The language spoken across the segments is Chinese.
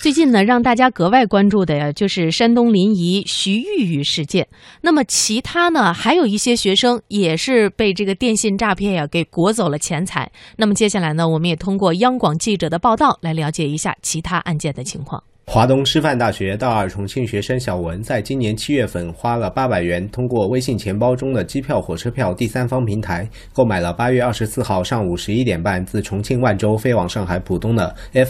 最近呢，让大家格外关注的呀，就是山东临沂徐玉玉事件。那么其他呢，还有一些学生也是被这个电信诈骗呀给裹走了钱财。那么接下来呢，我们也通过央广记者的报道来了解一下其他案件的情况。 华东师范大学大二重庆学生小文，在今年7月份花了800元，通过微信钱包中的机票、火车票第三方平台购买了8月24号上午11点半自重庆万州飞往上海浦东的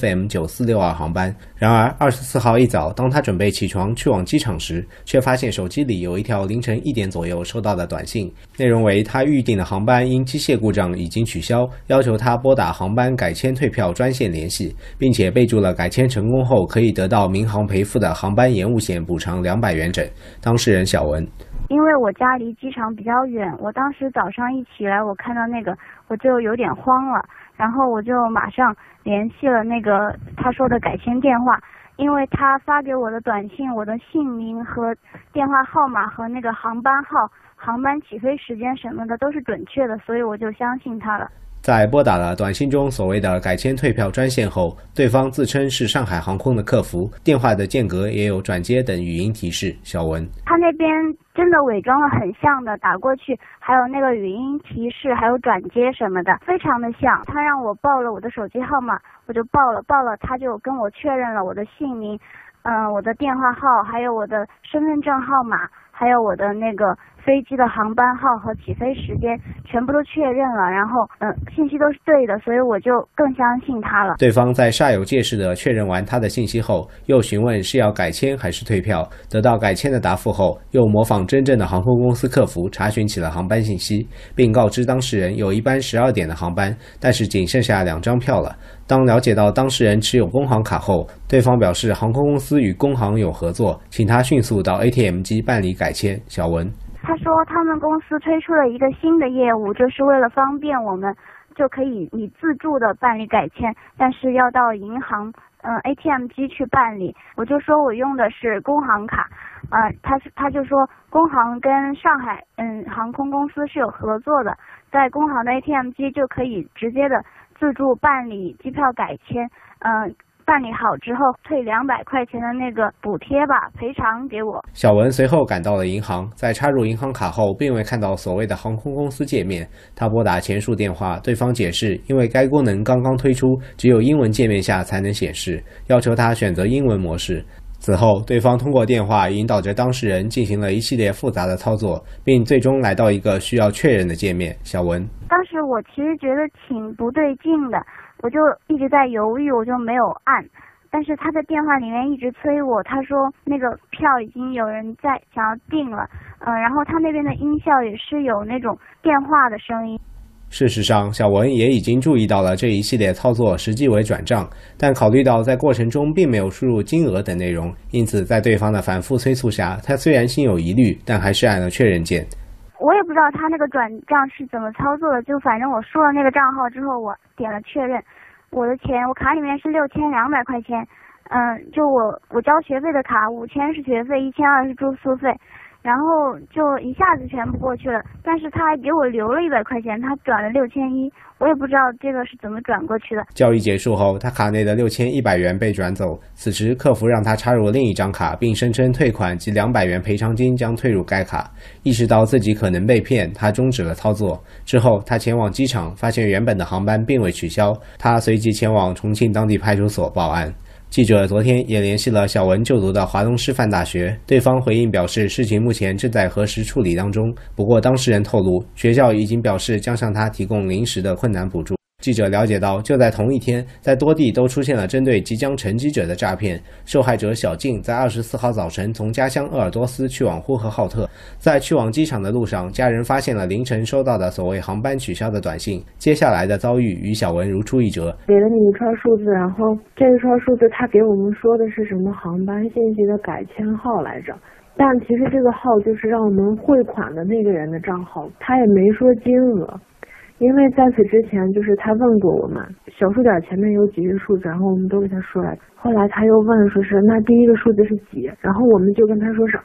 FM9462 航班。然而24号一早，当他准备起床去往机场时，却发现手机里有一条凌晨1点左右收到的短信，内容为他预订的航班因机械故障已经取消，要求他拨打航班改签退票专线联系，并且备注了改签成功后可以得到民航赔付的航班延误险补偿200元整。当事人小文， 因为我家离机场比较远，我当时早上一起来，我看到那个我就有点慌了，然后我就马上联系了那个他说的改签电话，因为他发给我的短信，我的姓名和电话号码和那个航班号、航班起飞时间什么的都是准确的，所以我就相信他了。 在拨打了短信中所谓的改签退票专线后，对方自称是上海航空的客服，电话的间隔也有转接等语音提示。小文， 他那边真的伪装了很像的，打过去还有那个语音提示，还有转接什么的，非常的像。他让我报了我的手机号码，我就报了，他就跟我确认了我的姓名，我的电话号，还有我的身份证号码，还有我的那个飞机的航班号和起飞时间全部都确认了，然后信息都是对的，所以我就更相信他了。 对方在煞有介事地确认完他的信息后，又询问是要改签还是退票，得到改签的答复后，又模仿真正的航空公司客服查询起了航班信息，并告知当事人有一班12点的航班，但是仅剩下2张票了。当了解到当事人持有工行卡后，对方表示航空公司与工行有合作，请他迅速到 ATM 机办理改签。小文， 他说他们公司推出了一个新的业务，就是为了方便我们，就可以你自助的办理改签，但是要到银行ATM 机去办理。我就说我用的是工行卡，他就说工行跟上海航空公司是有合作的，在工行的 ATM 机就可以直接的自助办理机票改签，办理好之后退200块钱的那个补贴吧，赔偿给我。 小文随后赶到了银行，在插入银行卡后并未看到所谓的航空公司界面，他拨打前述电话，对方解释因为该功能刚刚推出，只有英文界面下才能显示，要求他选择英文模式。此后对方通过电话引导着当事人进行了一系列复杂的操作，并最终来到一个需要确认的界面。小文， 当时我其实觉得挺不对劲的，我就一直在犹豫，我就没有按，但是他在电话里面一直催我，他说那个票已经有人在想要订了，然后他那边的音效也是有那种电话的声音。 事实上，小文也已经注意到了这一系列操作实际为转账，但考虑到在过程中并没有输入金额等内容，因此在对方的反复催促下，他虽然心有疑虑，但还是按了确认键。 我也不知道他那个转账是怎么操作的，就反正我输了那个账号之后，我点了确认，我的钱我卡里面是6200块钱，就我交学费的卡5000是学费，1200是住宿费，然后就一下子全部过去了，但是他还给我留了100块钱，他转了6100，我也不知道这个是怎么转过去的。 交易结束后，他卡内的6100元被转走，此时客服让他插入另一张卡，并声称退款及200元赔偿金将退入该卡。意识到自己可能被骗，他终止了操作。之后他前往机场，发现原本的航班并未取消，他随即前往重庆当地派出所报案。记者昨天也联系了小文就读的华东师范大学，对方回应表示事情目前正在核实处理当中，不过当事人透露，学校已经表示将向他提供临时的困难补助。记者了解到，就在同一天，在多地都出现了针对即将乘机者的诈骗。受害者小静在24号早晨从家乡鄂尔多斯去往呼和浩特，在去往机场的路上，家人发现了凌晨收到的所谓航班取消的短信。接下来的遭遇与小文如出一辙， 给了你一串数字，然后这一串数字他给我们说的是什么航班信息的改签号来着，但其实这个号就是让我们汇款的那个人的账号，他也没说金额。因为在此之前，就是他问过我们小数点前面有几个数字，然后我们都给他说了。后来他又问说是那第一个数字是几，然后我们就跟他说是2，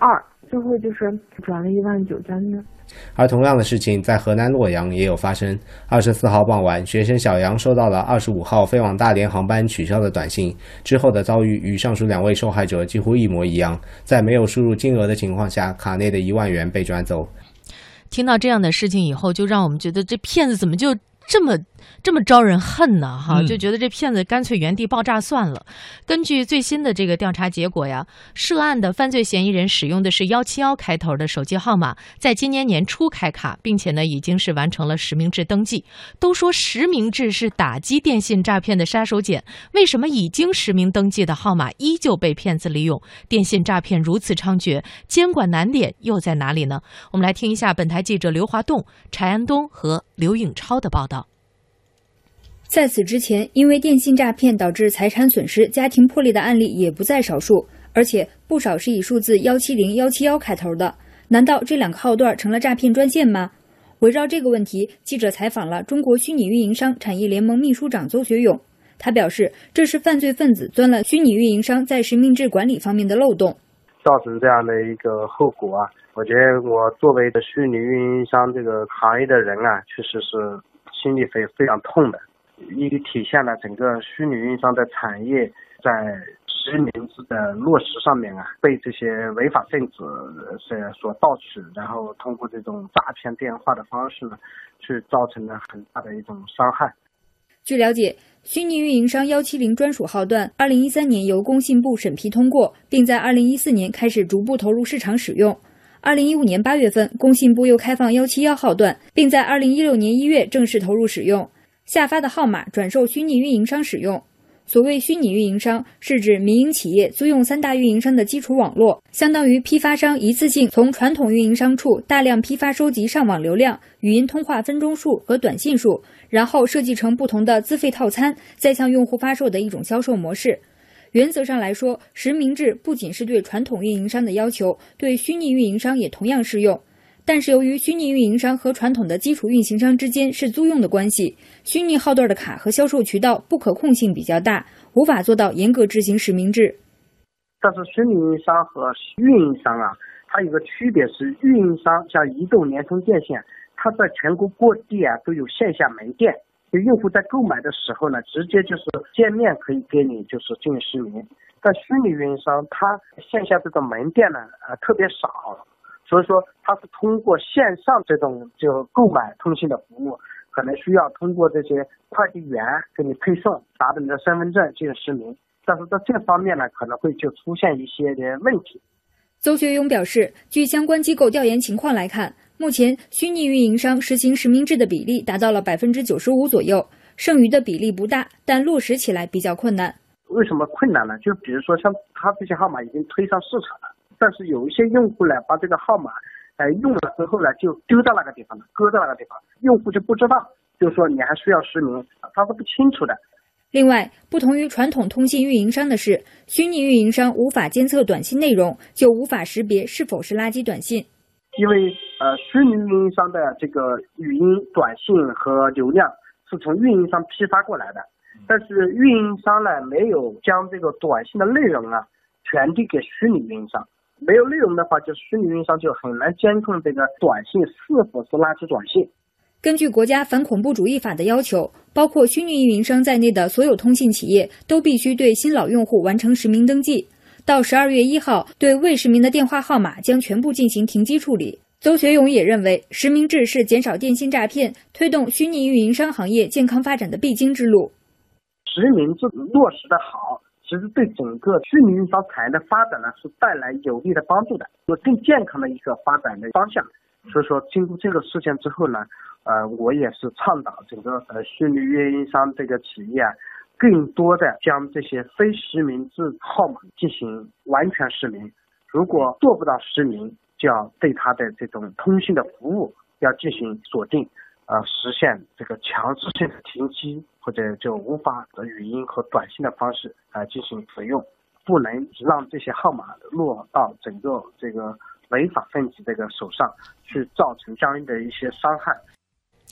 最后就是转了19000的。 而同样的事情在河南洛阳也有发生。24号傍晚，学生小杨收到了25号飞往大连航班取消的短信，之后的遭遇与上述2位受害者几乎一模一样，在没有输入金额的情况下，卡内的1万元被转走。 听到这样的事情以后，就让我们觉得这骗子怎么就这么招人恨呢？就觉得这骗子干脆原地爆炸算了。根据最新的这个调查结果呀，涉案的犯罪嫌疑人使用的是171开头的手机号码，在今年年初开卡，并且呢已经是完成了实名制登记。都说实名制是打击电信诈骗的杀手锏，为什么已经实名登记的号码依旧被骗子利用？电信诈骗如此猖獗，监管难点又在哪里呢？我们来听一下本台记者刘华栋、柴安东和刘颖超的报道。 在此之前，因为电信诈骗导致财产损失、家庭破裂的案例也不在少数，而且不少是以数字170、171开头的。难道这2个号段成了诈骗专线吗？围绕这个问题，记者采访了中国虚拟运营商产业联盟秘书长邹学勇，他表示，这是犯罪分子钻了虚拟运营商在实名制管理方面的漏洞， 造成这样的一个后果啊。我觉得我作为的虚拟运营商这个行业的人啊，确实是心里非常痛的。一个体现了整个虚拟运营商的产业在实名制的落实上面啊，被这些违法分子所盗取，然后通过这种诈骗电话的方式呢，去造成了很大的一种伤害。 据了解，虚拟运营商170专属号段2013年由工信部审批通过，并在2014年开始逐步投入市场使用。2015年8月份，工信部又开放171号段，并在2016年1月正式投入使用。下发的号码转授虚拟运营商使用。所谓虚拟运营商，是指民营企业租用3大运营商的基础网络，相当于批发商一次性从传统运营商处大量批发收集上网流量、语音通话分钟数和短信数，然后设计成不同的资费套餐，再向用户发售的一种销售模式。原则上来说，实名制不仅是对传统运营商的要求，对虚拟运营商也同样适用。但是由于虚拟运营商和传统的基础运行商之间是租用的关系，虚拟号段的卡和销售渠道不可控性比较大，无法做到严格执行实名制。 但是虚拟运营商和运营商啊，它有个区别是，运营商像移动、联通、电信，它在全国各地啊都有线下门店，就用户在购买的时候呢，直接就是见面可以给你就是进行实名。但虚拟运营商它线下这种门店呢特别少。所以说，它是通过线上这种就购买通信的服务，可能需要通过这些快递员给你配送，拿着你的身份证进行实名。但是在这方面呢，可能会就出现一些的问题。 邹学勇表示，据相关机构调研情况来看，目前虚拟运营商实行实名制的比例达到了95%左右，剩余的比例不大，但落实起来比较困难。 为什么困难呢？就比如说像他这些号码已经推上市场了。但是有一些用户呢，把这个号码用了之后呢，就丢到那个地方了，搁在那个地方，用户就不知道，就是说你还需要实名，他是不清楚的。 另外，不同于传统通信运营商的是，虚拟运营商无法监测短信内容，就无法识别是否是垃圾短信。 因为虚拟运营商的这个语音、短信和流量是从运营商批发过来的，但是运营商呢没有将这个短信的内容啊传递给虚拟运营商。没有内容的话，就虚拟运营商就很难监控这个短信是否是垃圾短信。 根据国家反恐怖主义法的要求，包括虚拟运营商在内的所有通信企业都必须对新老用户完成实名登记。到12月1号，对未实名的电话号码将全部进行停机处理。邹学勇也认为，实名制是减少电信诈骗、推动虚拟运营商行业健康发展的必经之路。 实名制落实的好，其实对整个虚拟运营商产业的发展呢是带来有利的帮助的，有更健康的一个发展的方向。所以说，经过这个事件之后呢，我也是倡导整个虚拟运营商这个企业啊，更多的将这些非实名制号码进行完全实名。如果做不到实名，就要对它的这种通信的服务要进行锁定。实现这个强制性的停机，或者就无法语音和短信的方式进行使用，不能让这些号码落到整个这个违法分子这个手上，去造成相应的一些伤害。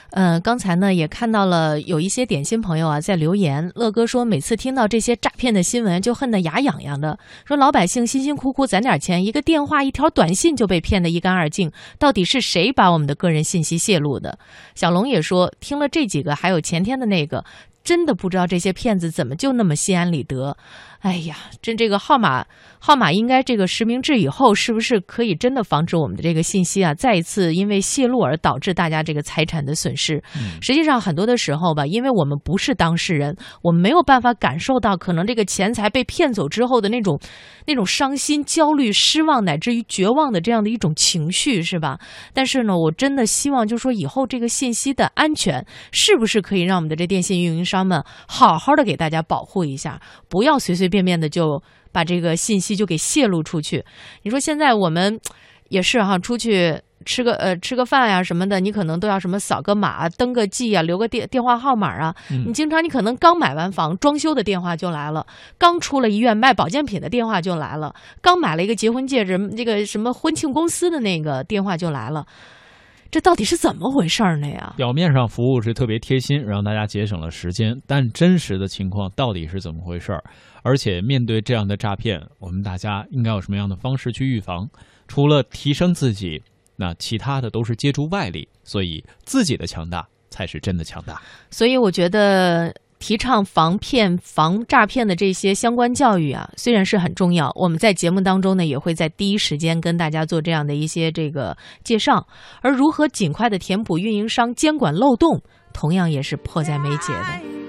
刚才呢也看到了有一些点心朋友啊在留言，乐哥说每次听到这些诈骗的新闻就恨得牙痒痒的，说老百姓辛辛苦苦攒点钱，一个电话一条短信就被骗得一干二净，到底是谁把我们的个人信息泄露的？小龙也说听了这几个还有前天的那个，真的不知道这些骗子怎么就那么心安理得。哎呀，真这个号码应该这个实名制以后，是不是可以真的防止我们的这个信息啊再一次因为泄露而导致大家这个财产的损失？实际上很多的时候吧，因为我们不是当事人，我们没有办法感受到可能这个钱财被骗走之后的那种伤心、焦虑、失望乃至于绝望的这样的一种情绪，是吧？但是呢，我真的希望就是说以后这个信息的安全是不是可以让我们的这电信运营商们好好的给大家保护一下，不要随随便便的就把这个信息就给泄露出去。你说现在我们也是哈，出去吃个饭呀什么的，你可能都要什么扫个码、登个记啊、留个电话号码啊。你经常你可能刚买完房，装修的电话就来了；刚出了医院卖保健品的电话就来了；刚买了一个结婚戒指，这个什么婚庆公司的那个电话就来了。这到底是怎么回事呢呀？ 表面上服务是特别贴心，让大家节省了时间，但真实的情况到底是怎么回事？而且面对这样的诈骗，我们大家应该有什么样的方式去预防？除了提升自己，那其他的都是借助外力，所以自己的强大才是真的强大。 所以我觉得提倡防骗、防诈骗的这些相关教育啊，虽然是很重要，我们在节目当中呢，也会在第一时间跟大家做这样的一些这个介绍。而如何尽快的填补运营商监管漏洞，同样也是迫在眉睫的。